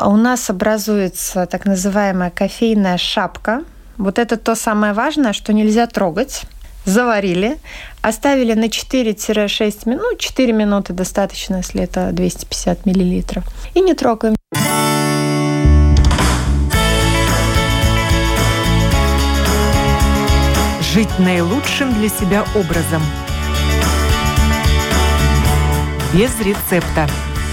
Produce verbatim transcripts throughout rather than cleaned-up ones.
у нас образуется так называемая кофейная шапка. Вот это то самое важное, что нельзя трогать. Заварили, оставили на четыре-шесть минут, ну, четыре минуты достаточно, если это двести пятьдесят миллилитров, и не трогаем. Жить наилучшим для себя образом. Без рецепта.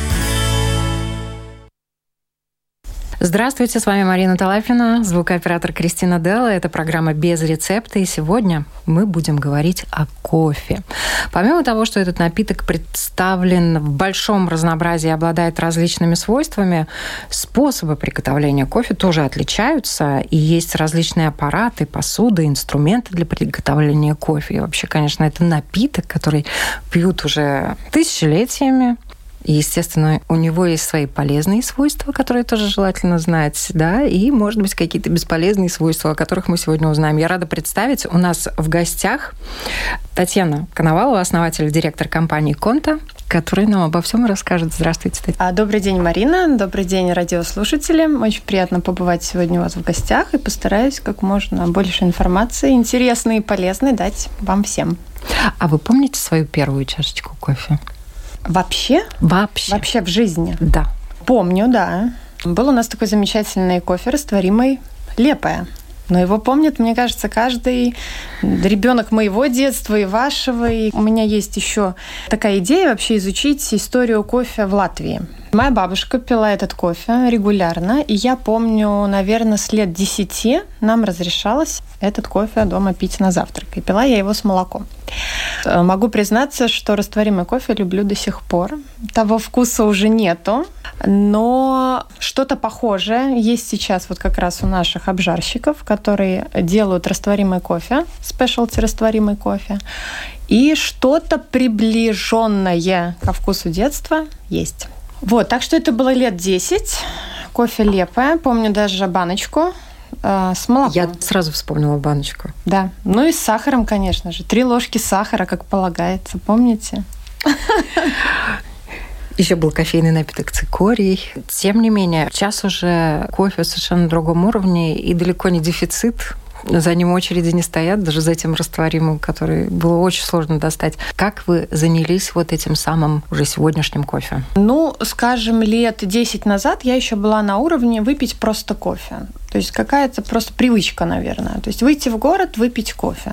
Здравствуйте, с вами Марина Талапина, звукооператор Кристина Делла. Это программа «Без рецепта», и сегодня мы будем говорить о кофе. Помимо того, что этот напиток представлен в большом разнообразии и обладает различными свойствами, способы приготовления кофе тоже отличаются, и есть различные аппараты, посуда, инструменты для приготовления кофе. И вообще, конечно, это напиток, который пьют уже тысячелетиями. И, естественно, у него есть свои полезные свойства, которые тоже желательно знать, да, и, может быть, какие-то бесполезные свойства, о которых мы сегодня узнаем. Я рада представить, у нас в гостях Татьяна Коновалова, основатель и директор компании «Конта», которая нам обо всем расскажет. Здравствуйте, Татьяна. Добрый день, Марина. Добрый день, радиослушатели. Очень приятно побывать сегодня у вас в гостях, и постараюсь как можно больше информации, интересной и полезной, дать вам всем. А вы помните свою первую чашечку кофе? Вообще? Вообще. Вообще в жизни? Да. Помню, да. Был у нас такой замечательный кофе растворимый «Лепая». Но его помнит, мне кажется, каждый ребенок моего детства и вашего. И у меня есть еще такая идея вообще изучить историю кофе в Латвии. Моя бабушка пила этот кофе регулярно, и я помню, наверное, с лет десяти нам разрешалось этот кофе дома пить на завтрак. И пила я его с молоком. Могу признаться, что растворимый кофе люблю до сих пор. Того вкуса уже нету, но что-то похожее есть сейчас вот как раз у наших обжарщиков, которые делают растворимый кофе, спешлти растворимый кофе, и что-то приближенное ко вкусу детства есть. Вот, так что это было лет десять. Кофе «Лепая». Помню даже баночку э, с молоком. Я сразу вспомнила баночку. Да. Ну и с сахаром, конечно же. Три ложки сахара, как полагается. Помните? Еще был кофейный напиток цикорий. Тем не менее, сейчас уже кофе совершенно на другом уровне и далеко не дефицит. За ним очереди не стоят, даже за этим растворимым, который было очень сложно достать. Как вы занялись вот этим самым уже сегодняшним кофе? Ну, скажем, лет десять назад я еще была на уровне выпить просто кофе. То есть какая-то просто привычка, наверное. То есть выйти в город, выпить кофе.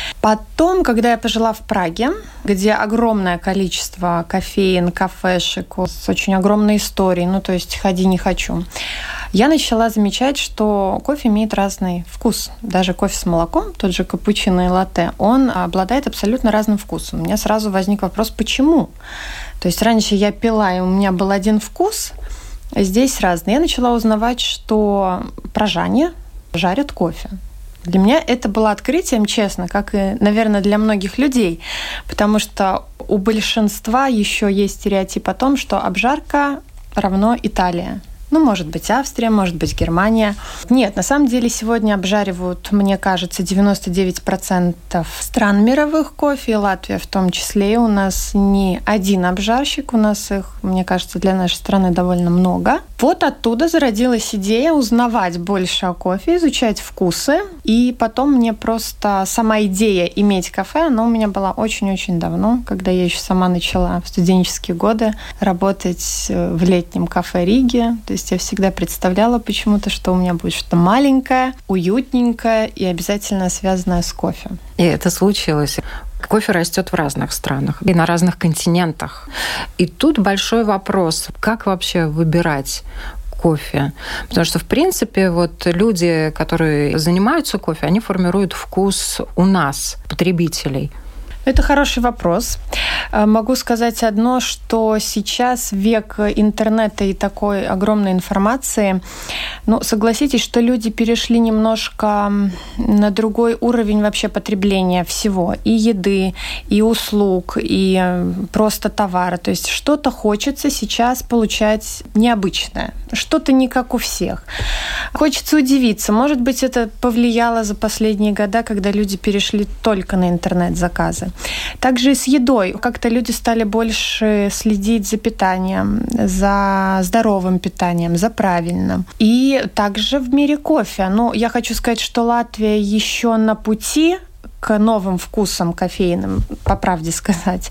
Потом, когда я пожила в Праге, где огромное количество кофеен, кафешек с очень огромной историей, ну, то есть ходи не хочу, я начала замечать, что кофе имеет разный вкус. Даже кофе с молоком, тот же капучино и латте, он обладает абсолютно разным вкусом. У меня сразу возник вопрос, почему? То есть раньше я пила, и у меня был один вкус, а здесь разный. Я начала узнавать, что прожане жарят кофе. Для меня это было открытием, честно, как и, наверное, для многих людей, потому что у большинства еще есть стереотип о том, что обжарка равно Италия. Ну, может быть, Австрия, может быть, Германия. Нет, на самом деле сегодня обжаривают, мне кажется, девяносто девять процентов стран мировых кофе, и Латвия в том числе. У нас не один обжарщик, у нас их, мне кажется, для нашей страны довольно много. Вот оттуда зародилась идея узнавать больше о кофе, изучать вкусы. И потом мне просто сама идея иметь кафе, она у меня была очень-очень давно, когда я еще сама начала в студенческие годы работать в летнем кафе Риги. То есть я всегда представляла почему-то, что у меня будет что-то маленькое, уютненькое и обязательно связанное с кофе. И это случилось. Кофе растет в разных странах и на разных континентах. И тут большой вопрос, как вообще выбирать кофе? Потому что, в принципе, вот люди, которые занимаются кофе, они формируют вкус у нас, потребителей. Это хороший вопрос. Могу сказать одно, что сейчас век интернета и такой огромной информации. Ну, согласитесь, что люди перешли немножко на другой уровень вообще потребления всего. И еды, и услуг, и просто товара. То есть что-то хочется сейчас получать необычное. Что-то не как у всех. Хочется удивиться. Может быть, это повлияло за последние года, когда люди перешли только на интернет-заказы. Также и с едой. Как-то люди стали больше следить за питанием, за здоровым питанием, за правильным. И также в мире кофе. Ну, я хочу сказать, что Латвия еще на пути к новым вкусам кофейным, по правде сказать.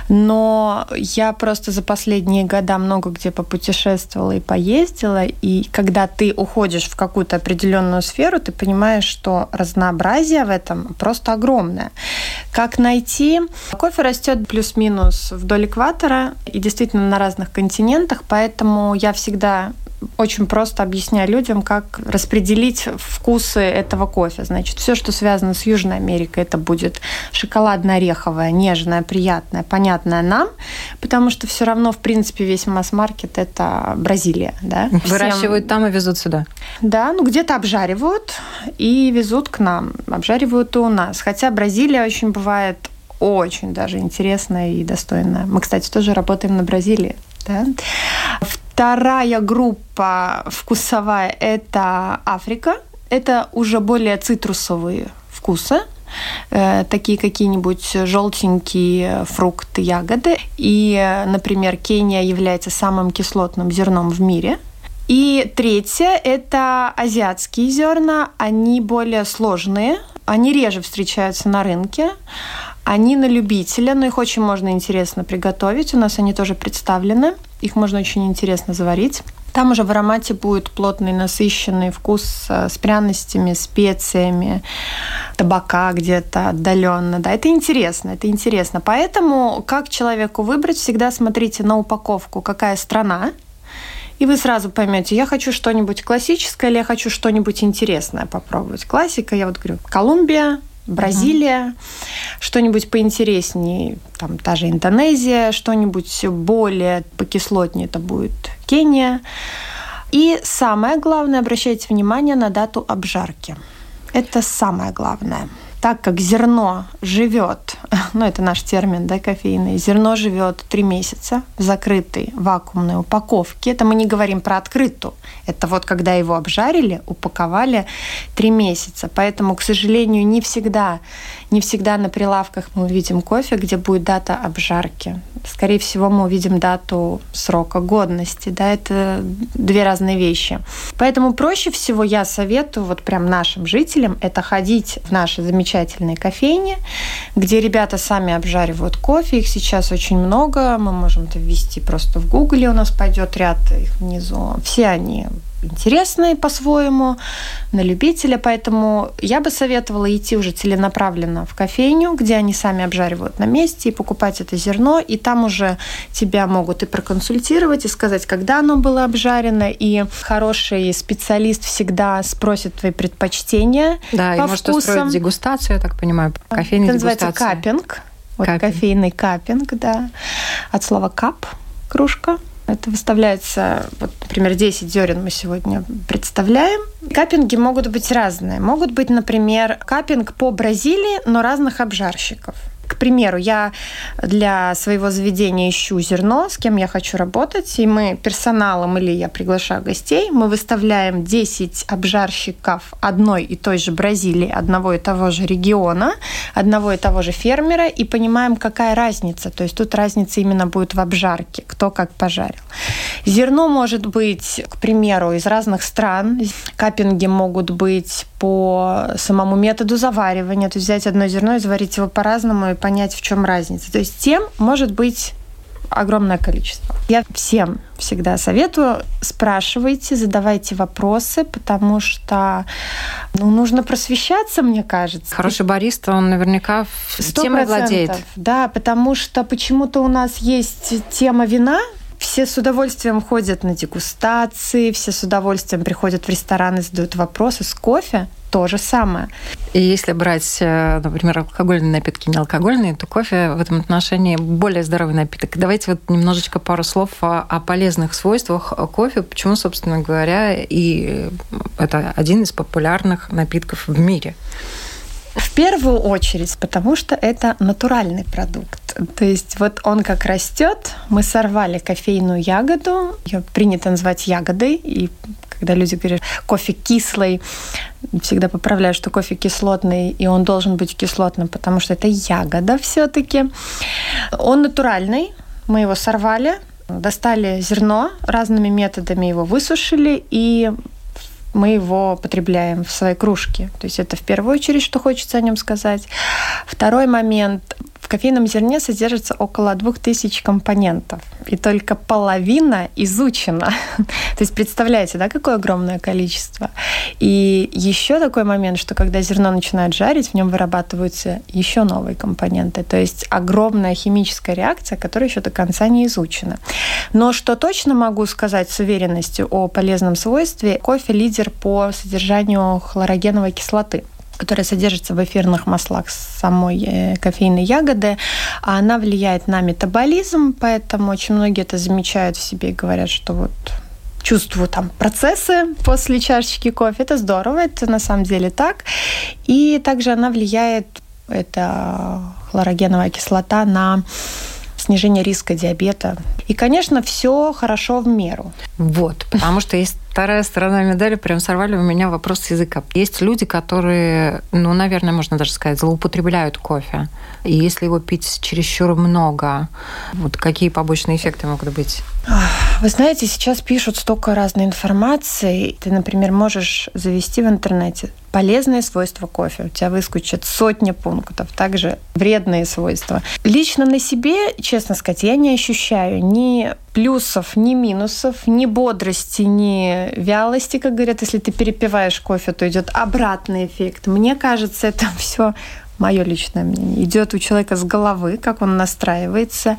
Но я просто за последние года много где попутешествовала и поездила, и когда ты уходишь в какую-то определенную сферу, ты понимаешь, что разнообразие в этом просто огромное. Как найти? Кофе растет плюс-минус вдоль экватора и действительно на разных континентах, поэтому я всегда очень просто объясняю людям, как распределить вкусы этого кофе. Значит, все, что связано с Южной Америкой, это будет шоколадно-ореховое, нежное, приятное, понятное нам, потому что все равно, в принципе, весь масс-маркет – это Бразилия. Да? Выращивают Всем... там и везут сюда. Да, ну где-то обжаривают и везут к нам. Обжаривают и у нас. Хотя Бразилия очень бывает очень даже интересная и достойная. Мы, кстати, тоже работаем на Бразилии. Да? Вторая группа вкусовая – это Африка. Это уже более цитрусовые вкусы, э, такие какие-нибудь желтенькие фрукты, ягоды. И, например, Кения является самым кислотным зерном в мире. И третье – это азиатские зерна. Они более сложные, они реже встречаются на рынке. Они на любителя, но их очень можно интересно приготовить. У нас они тоже представлены. Их можно очень интересно заварить. Там уже в аромате будет плотный, насыщенный вкус с пряностями, специями, табака где-то отдаленно. Да, это интересно, это интересно. Поэтому как человеку выбрать, всегда смотрите на упаковку, какая страна. И вы сразу поймете, я хочу что-нибудь классическое или я хочу что-нибудь интересное попробовать. Классика, я вот говорю, Колумбия, Бразилия, mm-hmm. что-нибудь поинтереснее, там та же Индонезия, что-нибудь более покислотнее, это будет Кения. И самое главное, обращайте внимание на дату обжарки. Это самое главное. Так как зерно живет, ну это наш термин, да, кофейный, зерно живет три месяца в закрытой вакуумной упаковке. Это мы не говорим про открытую. Это вот когда его обжарили, упаковали три месяца. Поэтому, к сожалению, не всегда, не всегда на прилавках мы увидим кофе, где будет дата обжарки. Скорее всего, мы увидим дату срока годности. Да, это две разные вещи. Поэтому проще всего я советую вот прям нашим жителям это ходить в наши замечательные кофейни, где ребята сами обжаривают кофе. Их сейчас очень много. Мы можем это ввести просто в Гугле. У нас пойдет ряд их внизу. Все они интересные по-своему, на любителя. Поэтому я бы советовала идти уже целенаправленно в кофейню, где они сами обжаривают на месте, и покупать это зерно. И там уже тебя могут и проконсультировать, и сказать, когда оно было обжарено. И хороший специалист всегда спросит твои предпочтения. Да, по и может вкусам. Устроить дегустацию, я так понимаю, кофейная это дегустация. Это называется каппинг. Вот каппинг. Кофейный каппинг, да. От слова кап, кружка. Это выставляется, вот, например, десять зерен мы сегодня представляем. Каппинги могут быть разные. Могут быть, например, каппинг по Бразилии, но разных обжарщиков. К примеру, я для своего заведения ищу зерно, с кем я хочу работать, и мы персоналом или я приглашаю гостей, мы выставляем десять обжарщиков одной и той же Бразилии, одного и того же региона, одного и того же фермера, и понимаем, какая разница. То есть тут разница именно будет в обжарке, кто как пожарил. Зерно может быть, к примеру, из разных стран. Каппинги могут быть по самому методу заваривания, то есть взять одно зерно и заварить его по-разному и понять, в чем разница. То есть тем может быть огромное количество. Я всем всегда советую, спрашивайте, задавайте вопросы, потому что ну, нужно просвещаться, мне кажется. Хороший бариста, он наверняка темой владеет. Да, потому что почему-то у нас есть тема вина. Все с удовольствием ходят на дегустации, все с удовольствием приходят в рестораны, задают вопросы. С кофе то же самое. И если брать, например, алкогольные напитки, не алкогольные, то кофе в этом отношении более здоровый напиток. Давайте вот немножечко пару слов о, о полезных свойствах кофе. Почему, собственно говоря, и это один из популярных напитков в мире. В первую очередь, потому что это натуральный продукт. То есть вот он как растет, мы сорвали кофейную ягоду, ее принято называть ягодой, и когда люди говорят, кофе кислый, всегда поправляю, что кофе кислотный, и он должен быть кислотным, потому что это ягода все-таки. Он натуральный, мы его сорвали, достали зерно, разными методами его высушили, и мы его потребляем в своей кружке. То есть это в первую очередь, что хочется о нем сказать. Второй момент. В кофейном зерне содержится около двух тысяч компонентов, и только половина изучена. То есть представляете, да, какое огромное количество. И еще такой момент, что когда зерно начинают жарить, в нем вырабатываются еще новые компоненты. То есть огромная химическая реакция, которая еще до конца не изучена. Но что точно могу сказать с уверенностью о полезном свойстве, кофе лидер по содержанию хлорогеновой кислоты, которая содержится в эфирных маслах самой кофейной ягоды. А она влияет на метаболизм, поэтому очень многие это замечают в себе и говорят, что вот чувствую там процессы после чашечки кофе. Это здорово, это на самом деле так. И также она влияет, это хлорогеновая кислота, на снижение риска диабета. И, конечно, все хорошо в меру. Вот, потому что есть вторая сторона медали, прям сорвали у меня вопрос с языка. Есть люди, которые, ну, наверное, можно даже сказать, злоупотребляют кофе. И если его пить чересчур много, вот какие побочные эффекты могут быть? Вы знаете, сейчас пишут столько разной информации. Ты, например, можешь завести в интернете полезные свойства кофе. У тебя выскочат сотни пунктов. Также вредные свойства. Лично на себе, честно сказать, я не ощущаю ни плюсов, ни минусов, ни бодрости, ни вялости, как говорят. Если ты перепиваешь кофе, то идет обратный эффект. Мне кажется, это все мое личное мнение. Идет у человека с головы, как он настраивается.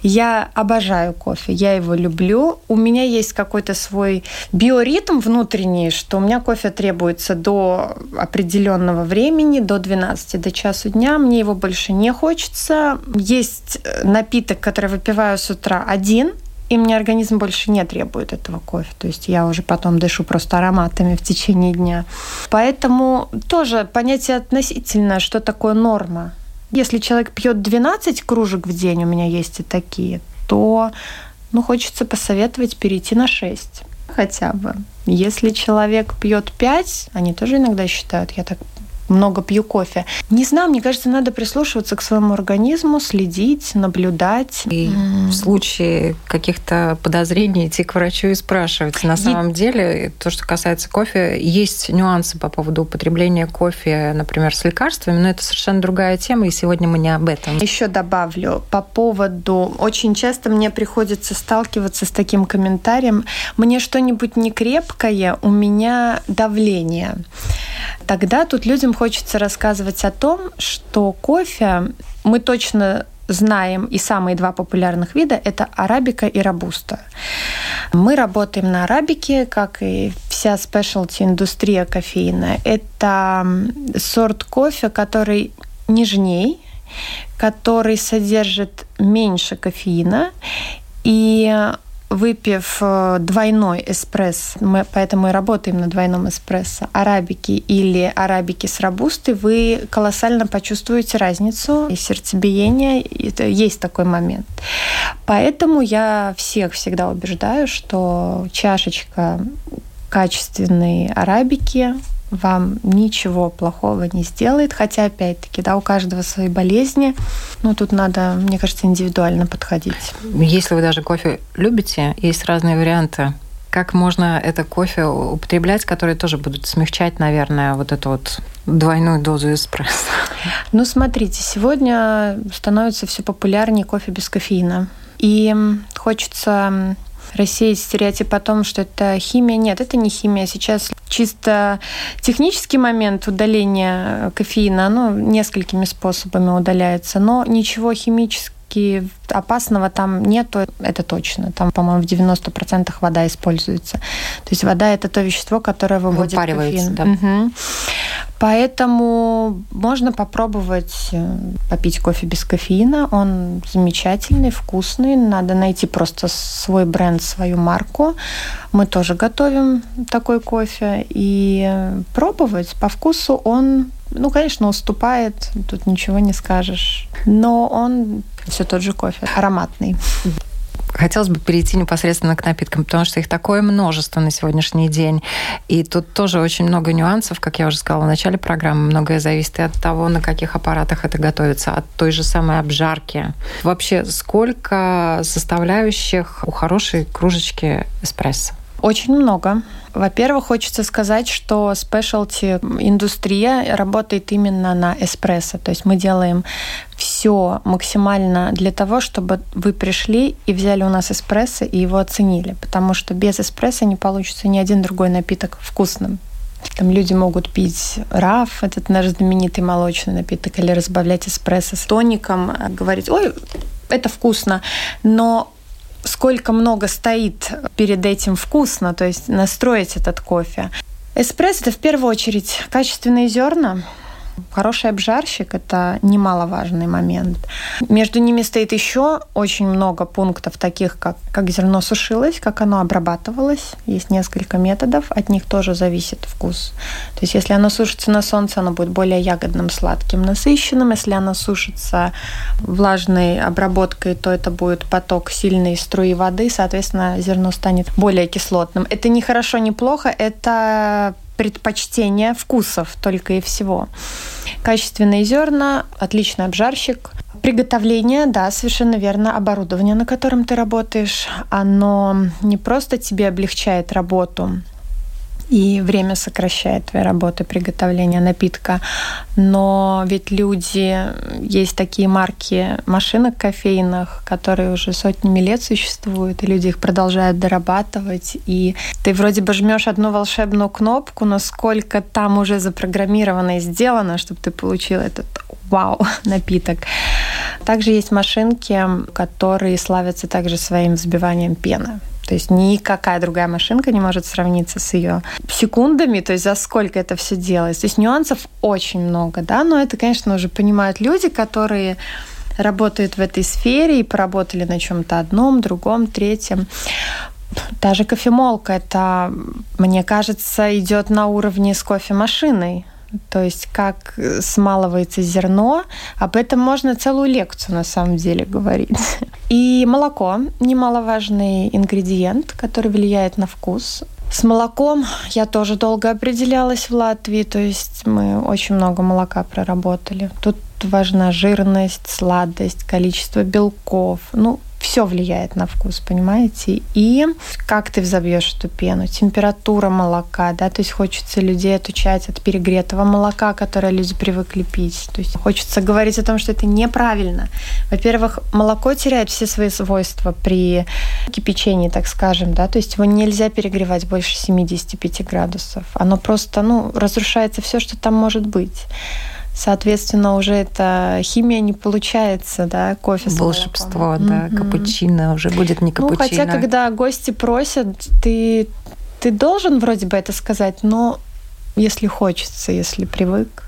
Я обожаю кофе, я его люблю. У меня есть какой-то свой биоритм внутренний, что у меня кофе требуется до определенного времени, до двенадцати, до часу дня. Мне его больше не хочется. Есть напиток, который выпиваю с утра один, и мне организм больше не требует этого кофе. То есть я уже потом дышу просто ароматами в течение дня. Поэтому тоже понятие относительное, что такое норма. Если человек пьет двенадцать кружек в день, у меня есть и такие, то ну, хочется посоветовать перейти на шесть хотя бы. Если человек пьет пять, они тоже иногда считают, я так много пью кофе. Не знаю, мне кажется, надо прислушиваться к своему организму, следить, наблюдать. И mm. в случае каких-то подозрений идти к врачу и спрашивать. На самом и... деле, то, что касается кофе, есть нюансы по поводу употребления кофе, например, с лекарствами, но это совершенно другая тема, и сегодня мы не об этом. Еще добавлю по поводу... Очень часто мне приходится сталкиваться с таким комментарием: мне что-нибудь не крепкое, у меня давление. Тогда тут людям хочется рассказывать о том, что кофе мы точно знаем, и самые два популярных вида – это арабика и робуста. Мы работаем на арабике, как и вся спешлти-индустрия кофейная. Это сорт кофе, который нежней, который содержит меньше кофеина, и выпив двойной эспрессо, мы, поэтому и работаем на двойном эспрессо, арабики или арабики с робустой, вы колоссально почувствуете разницу и сердцебиение. Это есть такой момент. Поэтому я всех всегда убеждаю, что чашечка качественной арабики вам ничего плохого не сделает. Хотя, опять-таки, да, у каждого свои болезни. Но тут надо, мне кажется, индивидуально подходить. Если вы даже кофе любите, есть разные варианты. Как можно это кофе употреблять, которые тоже будут смягчать, наверное, вот эту вот двойную дозу эспрессо? Ну, смотрите, сегодня становится все популярнее кофе без кофеина. И хочется рассеять стереотип о том, что это химия. Нет, это не химия. Сейчас чисто технический момент удаления кофеина, оно несколькими способами удаляется, но ничего химически опасного там нету, это точно. Там, по-моему, в девяноста процентах вода используется. То есть вода – это то вещество, которое выводит кофеин. Да. Угу. Поэтому можно попробовать попить кофе без кофеина. Он замечательный, вкусный. Надо найти просто свой бренд, свою марку. Мы тоже готовим такой кофе. И пробовать. По вкусу он, ну, конечно, уступает. Тут ничего не скажешь. Но он все тот же кофе, ароматный. хотелось бы перейти непосредственно к напиткам, потому что их такое множество на сегодняшний день. И тут тоже очень много нюансов, как я уже сказала в начале программы. Многое зависит и от того, на каких аппаратах это готовится, от той же самой обжарки. Вообще, сколько составляющих у хорошей кружечки эспрессо? Очень много. Во-первых, хочется сказать, что спешлти индустрия работает именно на эспрессо. То есть мы делаем все максимально для того, чтобы вы пришли и взяли у нас эспрессо и его оценили. Потому что без эспрессо не получится ни один другой напиток вкусным. Там люди могут пить раф, этот наш знаменитый молочный напиток, или разбавлять эспрессо с тоником, говорить: ой, это вкусно. Но сколько много стоит перед этим вкусно, то есть настроить этот кофе. Эспрессо – это в первую очередь качественные зерна. Хороший обжарщик – это немаловажный момент. Между ними стоит еще очень много пунктов, таких как, как зерно сушилось, как оно обрабатывалось. Есть несколько методов, от них тоже зависит вкус. То есть если оно сушится на солнце, оно будет более ягодным, сладким, насыщенным. Если оно сушится влажной обработкой, то это будет поток сильной струи воды, соответственно, зерно станет более кислотным. Это не хорошо, не плохо, это предпочтение вкусов только и всего. Качественные зерна, отличный обжарщик. Приготовление, да, совершенно верно. Оборудование, на котором ты работаешь, оно не просто тебе облегчает работу и время сокращает твоей работы приготовления напитка, но ведь люди, есть такие марки машинок кофейных, которые уже сотнями лет существуют, и люди их продолжают дорабатывать, и ты вроде бы жмешь одну волшебную кнопку, но сколько там уже запрограммировано и сделано, чтобы ты получил этот вау напиток. Также есть машинки, которые славятся также своим взбиванием пены. То есть никакая другая машинка не может сравниться с ее секундами, то есть за сколько это все делается. То есть нюансов очень много, да, но это, конечно, уже понимают люди, которые работают в этой сфере и поработали на чем-то одном, другом, третьем. Та же кофемолка, это, мне кажется, идет на уровне с кофемашиной. То есть как смалывается зерно, об этом можно целую лекцию на самом деле говорить. И молоко – немаловажный ингредиент, который влияет на вкус. С молоком я тоже долго определялась в Латвии, то есть мы очень много молока проработали. Тут важна жирность, сладость, количество белков, ну, все влияет на вкус, понимаете? И как ты взобьешь эту пену, температура молока, да, то есть хочется людей отучать от перегретого молока, которое люди привыкли пить. То есть хочется говорить о том, что это неправильно. Во-первых, молоко теряет все свои свойства при кипячении, так скажем, да, то есть его нельзя перегревать больше семьдесят пять градусов. Оно просто, ну, разрушается все, что там может быть. Соответственно, уже эта химия не получается, да, кофе с волшебство, молоком. да, Mm-hmm. капучино уже будет не капучино. Ну, хотя, когда гости просят, ты, ты должен вроде бы это сказать, но если хочется, если привык.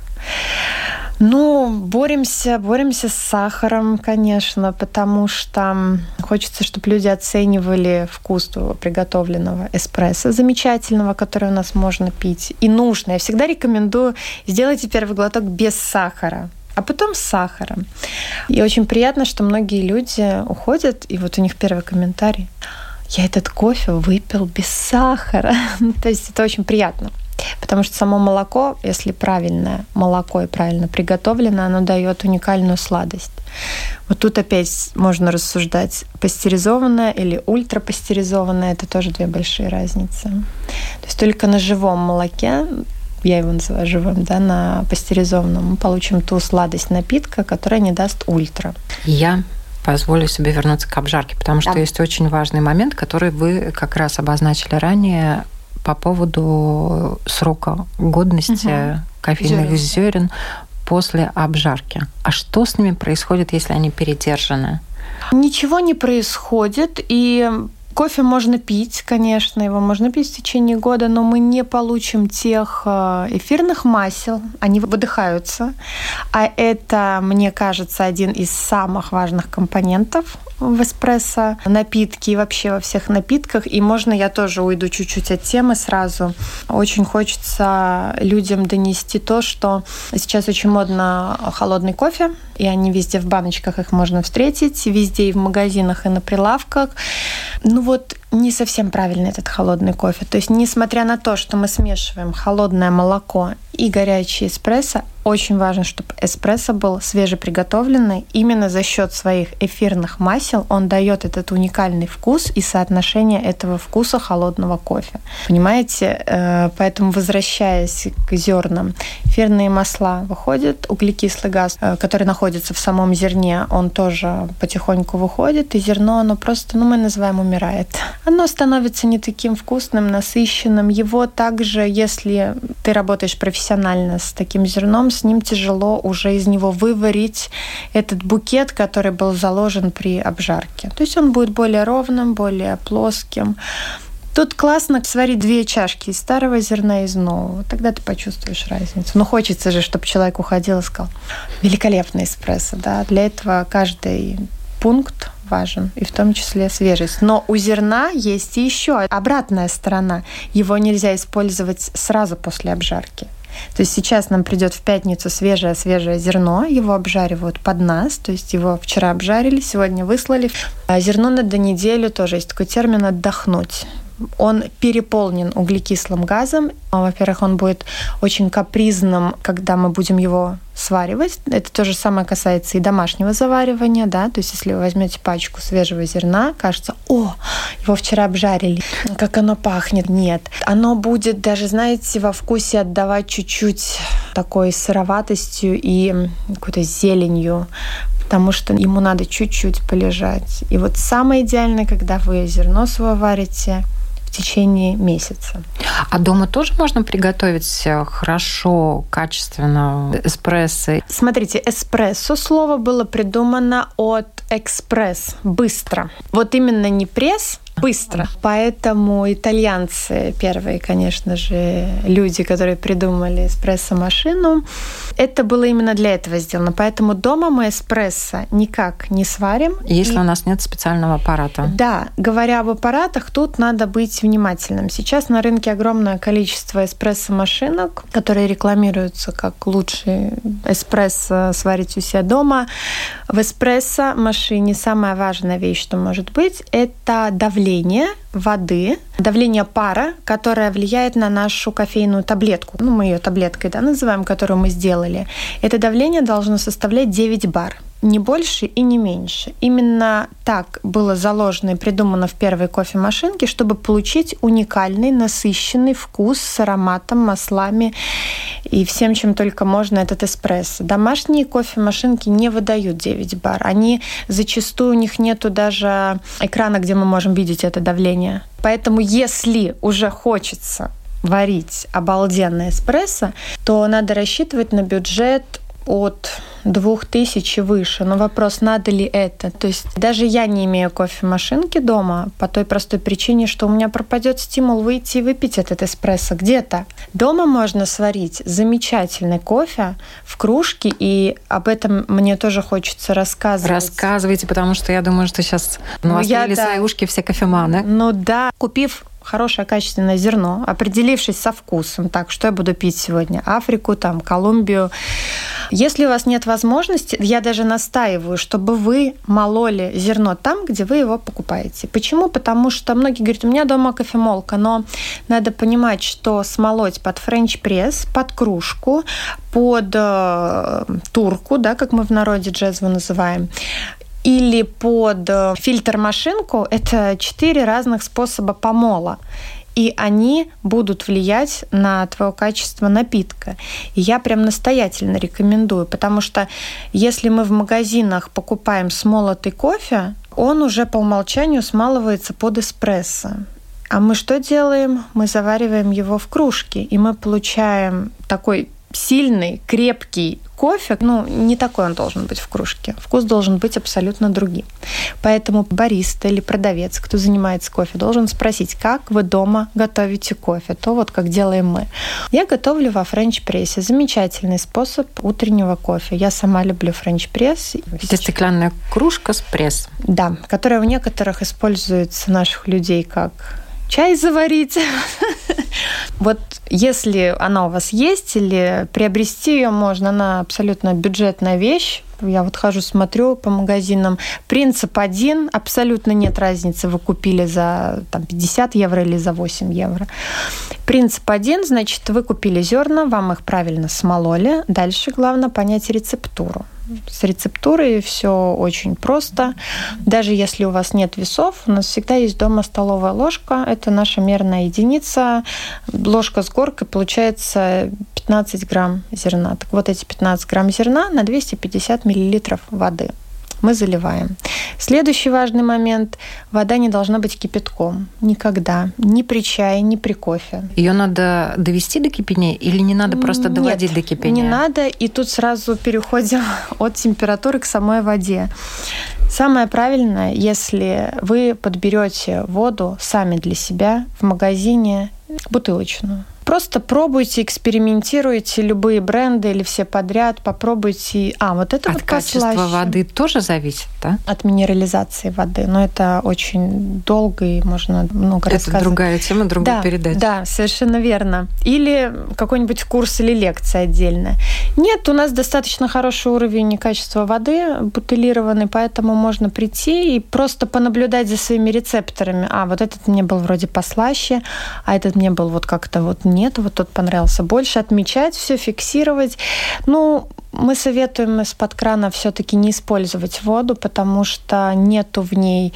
Ну, боремся, боремся с сахаром, конечно, потому что хочется, чтобы люди оценивали вкус приготовленного эспрессо замечательного, который у нас можно пить. И нужно. Я всегда рекомендую: сделайте первый глоток без сахара, а потом с сахаром. И очень приятно, что многие люди уходят, и вот у них первый комментарий: я этот кофе выпил без сахара. То есть это очень приятно. Потому что само молоко, если правильное молоко и правильно приготовлено, оно дает уникальную сладость. Вот тут опять можно рассуждать: пастеризованное или ультрапастеризованное – это тоже две большие разницы. То есть только на живом молоке, я его называю живым, да, на пастеризованном, мы получим ту сладость напитка, которая не даст ультра. Я позволю себе вернуться к обжарке, потому что да. есть очень важный момент, который вы как раз обозначили ранее, по поводу срока годности угу. кофейных зерен. зерен после обжарки. А что с ними происходит, если они передержаны? Ничего не происходит, и кофе можно пить, конечно, его можно пить в течение года, но мы не получим тех эфирных масел, они выдыхаются, а это, мне кажется, один из самых важных компонентов в эспрессо, напитки и вообще во всех напитках. И можно я тоже уйду чуть-чуть от темы сразу. Очень хочется людям донести то, что сейчас очень модно холодный кофе. и они везде в баночках, их можно встретить, везде и в магазинах, и на прилавках. Ну вот не совсем правильный этот холодный кофе. То есть, несмотря на то, что мы смешиваем холодное молоко и горячий эспрессо, очень важно, чтобы эспрессо был свежеприготовленный. Именно за счет своих эфирных масел он дает этот уникальный вкус и соотношение этого вкуса холодного кофе. Понимаете? Поэтому, возвращаясь к зернам, эфирные масла выходят, углекислый газ, который находится в самом зерне, он тоже потихоньку выходит, и зерно, оно просто, ну, мы называем, умирает. Оно становится не таким вкусным, насыщенным. Его также, если ты работаешь профессионально с таким зерном, с ним тяжело уже из него выварить этот букет, который был заложен при обжарке. То есть он будет более ровным, более плоским. Тут классно сварить две чашки из старого зерна и из нового. Тогда ты почувствуешь разницу. Но хочется же, чтобы человек уходил и сказал: великолепный эспрессо. Да? Для этого каждый пункт важен, и в том числе свежесть. Но у зерна есть и еще обратная сторона. Его нельзя использовать сразу после обжарки. То есть сейчас нам придет в пятницу свежее-свежее зерно, его обжаривают под нас, то есть его вчера обжарили, сегодня выслали. А зерно надо неделю, тоже есть такой термин, отдохнуть. Он переполнен углекислым газом. Во-первых, он будет очень капризным, когда мы будем его сваривать. Это то же самое касается и домашнего заваривания, да, то есть если вы возьмете пачку свежего зерна, кажется: о, его вчера обжарили, как оно пахнет. Нет, оно будет даже, знаете, во вкусе отдавать чуть-чуть такой сыроватостью и какой-то зеленью, потому что ему надо чуть-чуть полежать. И вот самое идеальное, когда вы зерно свое варите в течение месяца. А дома тоже можно приготовить хорошо, качественно эспрессо? Смотрите, эспрессо слово было придумано от экспресс, быстро. Вот именно не пресс, быстро. Поэтому итальянцы, первые, конечно же, люди, которые придумали эспрессо-машину, это было именно для этого сделано. Поэтому дома мы эспрессо никак не сварим. Если и... у нас нет специального аппарата. Да, говоря об аппаратах, тут надо быть внимательным. Сейчас на рынке огромное количество эспрессо-машинок, которые рекламируются как лучший эспрессо сварить у себя дома. В эспрессо-машине самая важная вещь, что может быть, это давление воды, давление пара, которое влияет на нашу кофейную таблетку. Ну, мы ее таблеткой, да, называем, которую мы сделали. Это давление должно составлять девять бар. Не больше и не меньше. Именно так было заложено и придумано в первой кофемашинке, чтобы получить уникальный, насыщенный вкус с ароматом, маслами и всем, чем только можно, этот эспрессо. Домашние кофемашинки не выдают девять бар. Они зачастую, у них нету даже экрана, где мы можем видеть это давление. Поэтому если уже хочется варить обалденный эспрессо, то надо рассчитывать на бюджет от двух тысяч и выше. Но вопрос, надо ли это? То есть даже я не имею кофемашинки дома по той простой причине, что у меня пропадет стимул выйти и выпить этот эспрессо где-то. Дома можно сварить замечательный кофе в кружке, и об этом мне тоже хочется рассказывать. Рассказывайте, потому что я думаю, что сейчас навострили ну, да. свои ушки все кофеманы. Ну да, купив хорошее качественное зерно, определившись со вкусом, так, что я буду пить сегодня, Африку, там, Колумбию. Если у вас нет возможности, я даже настаиваю, чтобы вы мололи зерно там, где вы его покупаете. Почему? Потому что многие говорят: у меня дома кофемолка, но надо понимать, что смолоть под френч-пресс, под кружку, под э, турку, да, как мы в народе джезву называем, или под фильтр-машинку, это четыре разных способа помола. И они будут влиять на твое качество напитка. И я прям настоятельно рекомендую, потому что если мы в магазинах покупаем смолотый кофе, он уже по умолчанию смалывается под эспрессо. А мы что делаем? Мы завариваем его в кружке, и мы получаем такой сильный, крепкий кофе. Ну, не такой он должен быть в кружке. Вкус должен быть абсолютно другим. Поэтому бариста или продавец, кто занимается кофе, должен спросить, как вы дома готовите кофе. То вот как делаем мы. Я готовлю во френч-прессе. Замечательный способ утреннего кофе. Я сама люблю френч-пресс. Это стеклянная кружка с пресс. Да, которая у некоторых используется наших людей как чай заварить. Вот если она у вас есть или приобрести ее можно, она абсолютно бюджетная вещь. Я вот хожу, смотрю по магазинам. Принцип один, абсолютно нет разницы, вы купили за там, пятьдесят евро или за восемь евро. Принцип один, значит, вы купили зерна, вам их правильно смололи. Дальше главное понять рецептуру. С рецептурой все очень просто. Даже если у вас нет весов, у нас всегда есть дома столовая ложка. Это наша мерная единица. Ложка с горкой получается пятнадцать грамм зерна. Так вот, эти пятнадцать грамм зерна на двести пятьдесят миллилитров воды мы заливаем. Следующий важный момент. Вода не должна быть кипятком. Никогда. Ни при чае, ни при кофе. Ее надо довести до кипения или не надо просто Нет, доводить до кипения? Не надо. И тут сразу переходим от температуры к самой воде. Самое правильное, если вы подберете воду сами для себя в магазине бутылочную. Просто пробуйте, экспериментируйте любые бренды или все подряд, попробуйте. А, вот это От вот качества послаще. воды тоже зависит, да? От минерализации воды. Но это очень долго и можно много это рассказывать. Это другая тема, другая да, передача. Да, совершенно верно. Или какой-нибудь курс или лекция отдельная. Нет, у нас достаточно хороший уровень качества воды бутылированный, поэтому можно прийти и просто понаблюдать за своими рецепторами. А, вот этот мне был вроде послаще, а этот мне был вот как-то вот нет, вот тот понравился больше. Отмечать все, фиксировать. Ну, мы советуем из-под крана все-таки не использовать воду, потому что нету в ней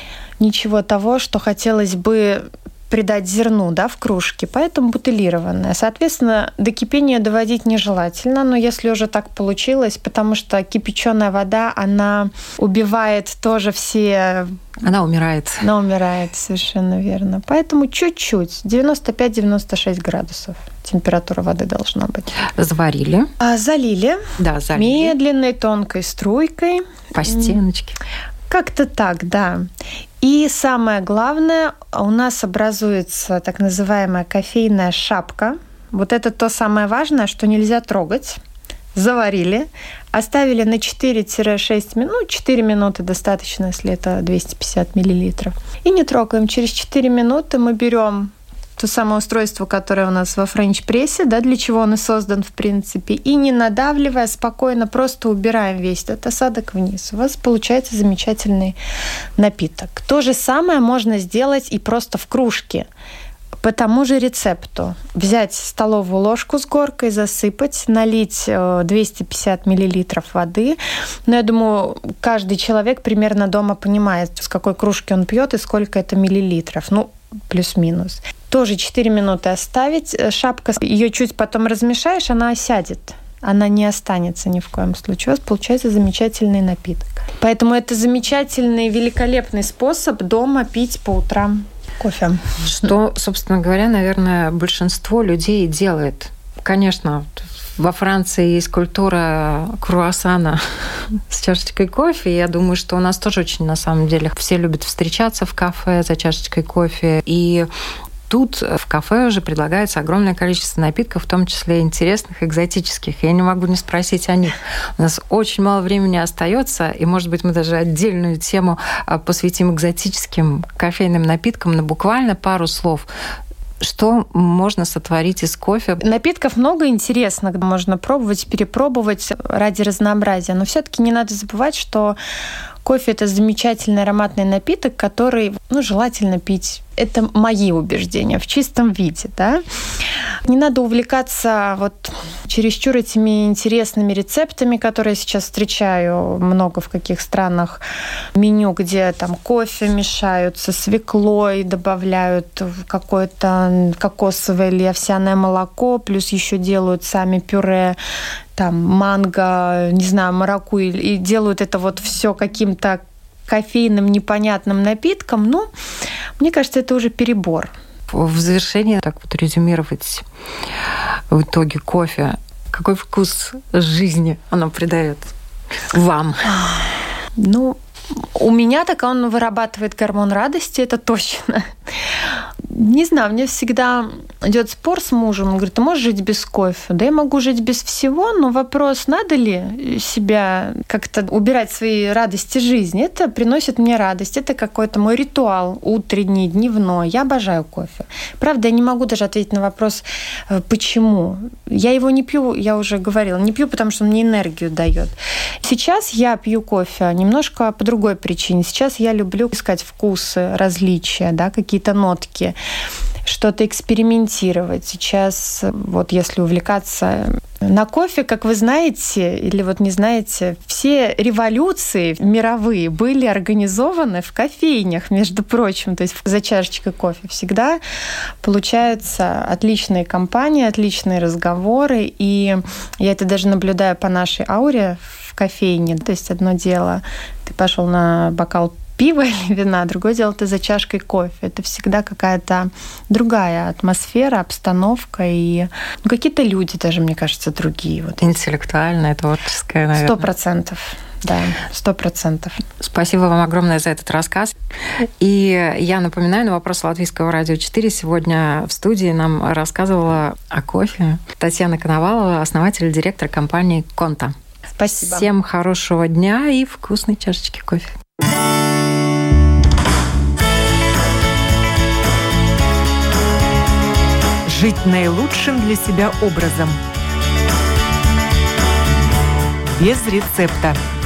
ничего того, что хотелось бы придать зерну, да, в кружке, поэтому бутылированная. Соответственно, до кипения доводить нежелательно, но если уже так получилось, потому что кипяченая вода, она убивает тоже все... Она умирает. Она умирает, совершенно верно. Поэтому чуть-чуть, девяносто пять - девяносто шесть градусов температура воды должна быть. Заварили. А залили. Да, залили. Медленной, тонкой струйкой. По стеночке. Как-то так, да. И самое главное, у нас образуется так называемая кофейная шапка. Вот это то самое важное, что нельзя трогать. Заварили, оставили на четыре-шесть минут, ну, четыре минуты достаточно, если это двести пятьдесят миллилитров. И не трогаем. Через четыре минуты мы берем то самое устройство, которое у нас во френч-прессе, да, для чего он и создан, в принципе, и не надавливая, спокойно просто убираем весь этот осадок вниз. У вас получается замечательный напиток. То же самое можно сделать и просто в кружке. По тому же рецепту взять столовую ложку с горкой, засыпать, налить двести пятьдесят миллилитров воды. Но я думаю, каждый человек примерно дома понимает, с какой кружки он пьет и сколько это миллилитров. Ну, плюс-минус. Тоже четыре минуты оставить. Шапка, ее чуть потом размешаешь, она осядет. Она не останется ни в коем случае. У вас получается замечательный напиток. Поэтому это замечательный, великолепный способ дома пить по утрам кофе. Что, собственно говоря, наверное, большинство людей делает. Конечно, во Франции есть культура круассана с чашечкой кофе. Я думаю, что у нас тоже очень, на самом деле, все любят встречаться в кафе за чашечкой кофе. И тут в кафе уже предлагается огромное количество напитков, в том числе интересных, экзотических. Я не могу не спросить о них. У нас очень мало времени остается, и, может быть, мы даже отдельную тему посвятим экзотическим кофейным напиткам, но буквально пару слов. Что можно сотворить из кофе? Напитков много интересных. Можно пробовать, перепробовать ради разнообразия. Но все-таки не надо забывать, что кофе – это замечательный ароматный напиток, который, ну, желательно пить. Это мои убеждения в чистом виде, да. Не надо увлекаться вот чересчур этими интересными рецептами, которые я сейчас встречаю много в каких странах. Меню, где там кофе мешают со свеклой, добавляют какое-то кокосовое или овсяное молоко, плюс еще делают сами пюре, там манго, не знаю, маракуйю, и делают это вот все каким-то кофейным непонятным напитком. Ну, мне кажется, это уже перебор. В завершение, так вот резюмировать в итоге кофе. Какой вкус жизни оно придает вам? Ну, у меня так он вырабатывает гормон радости, это точно. Не знаю, мне всегда идет спор с мужем. Он говорит, ты можешь жить без кофе? Да я могу жить без всего, но вопрос, надо ли себя как-то убирать свои радости жизни. Это приносит мне радость. Это какой-то мой ритуал утренний, дневной. Я обожаю кофе. Правда, я не могу даже ответить на вопрос, почему. Я его не пью, я уже говорила, не пью, потому что он мне энергию дает. Сейчас я пью кофе немножко по другой причине. Сейчас я люблю искать вкусы, различия, да, какие-то нотки, что-то экспериментировать. Сейчас, вот если увлекаться на кофе, как вы знаете, или вот не знаете, все революции мировые были организованы в кофейнях, между прочим. То есть за чашечкой кофе всегда получаются отличные компании, отличные разговоры. И я это даже наблюдаю по нашей ауре в кофейне. То есть одно дело, ты пошел на бокал пива или вина, другое дело, ты за чашкой кофе. Это всегда какая-то другая атмосфера, обстановка и ну, какие-то люди даже, мне кажется, другие. Вот. Интеллектуальная, творческая, наверное. Сто процентов. Да, сто процентов. Спасибо вам огромное за этот рассказ. И я напоминаю, на вопрос Латвийского радио четыре сегодня в студии нам рассказывала о кофе Татьяна Коновалова, основатель и директор компании «Конта». Спасибо. Всем хорошего дня и вкусной чашечки кофе. Жить наилучшим для себя образом. Без рецепта.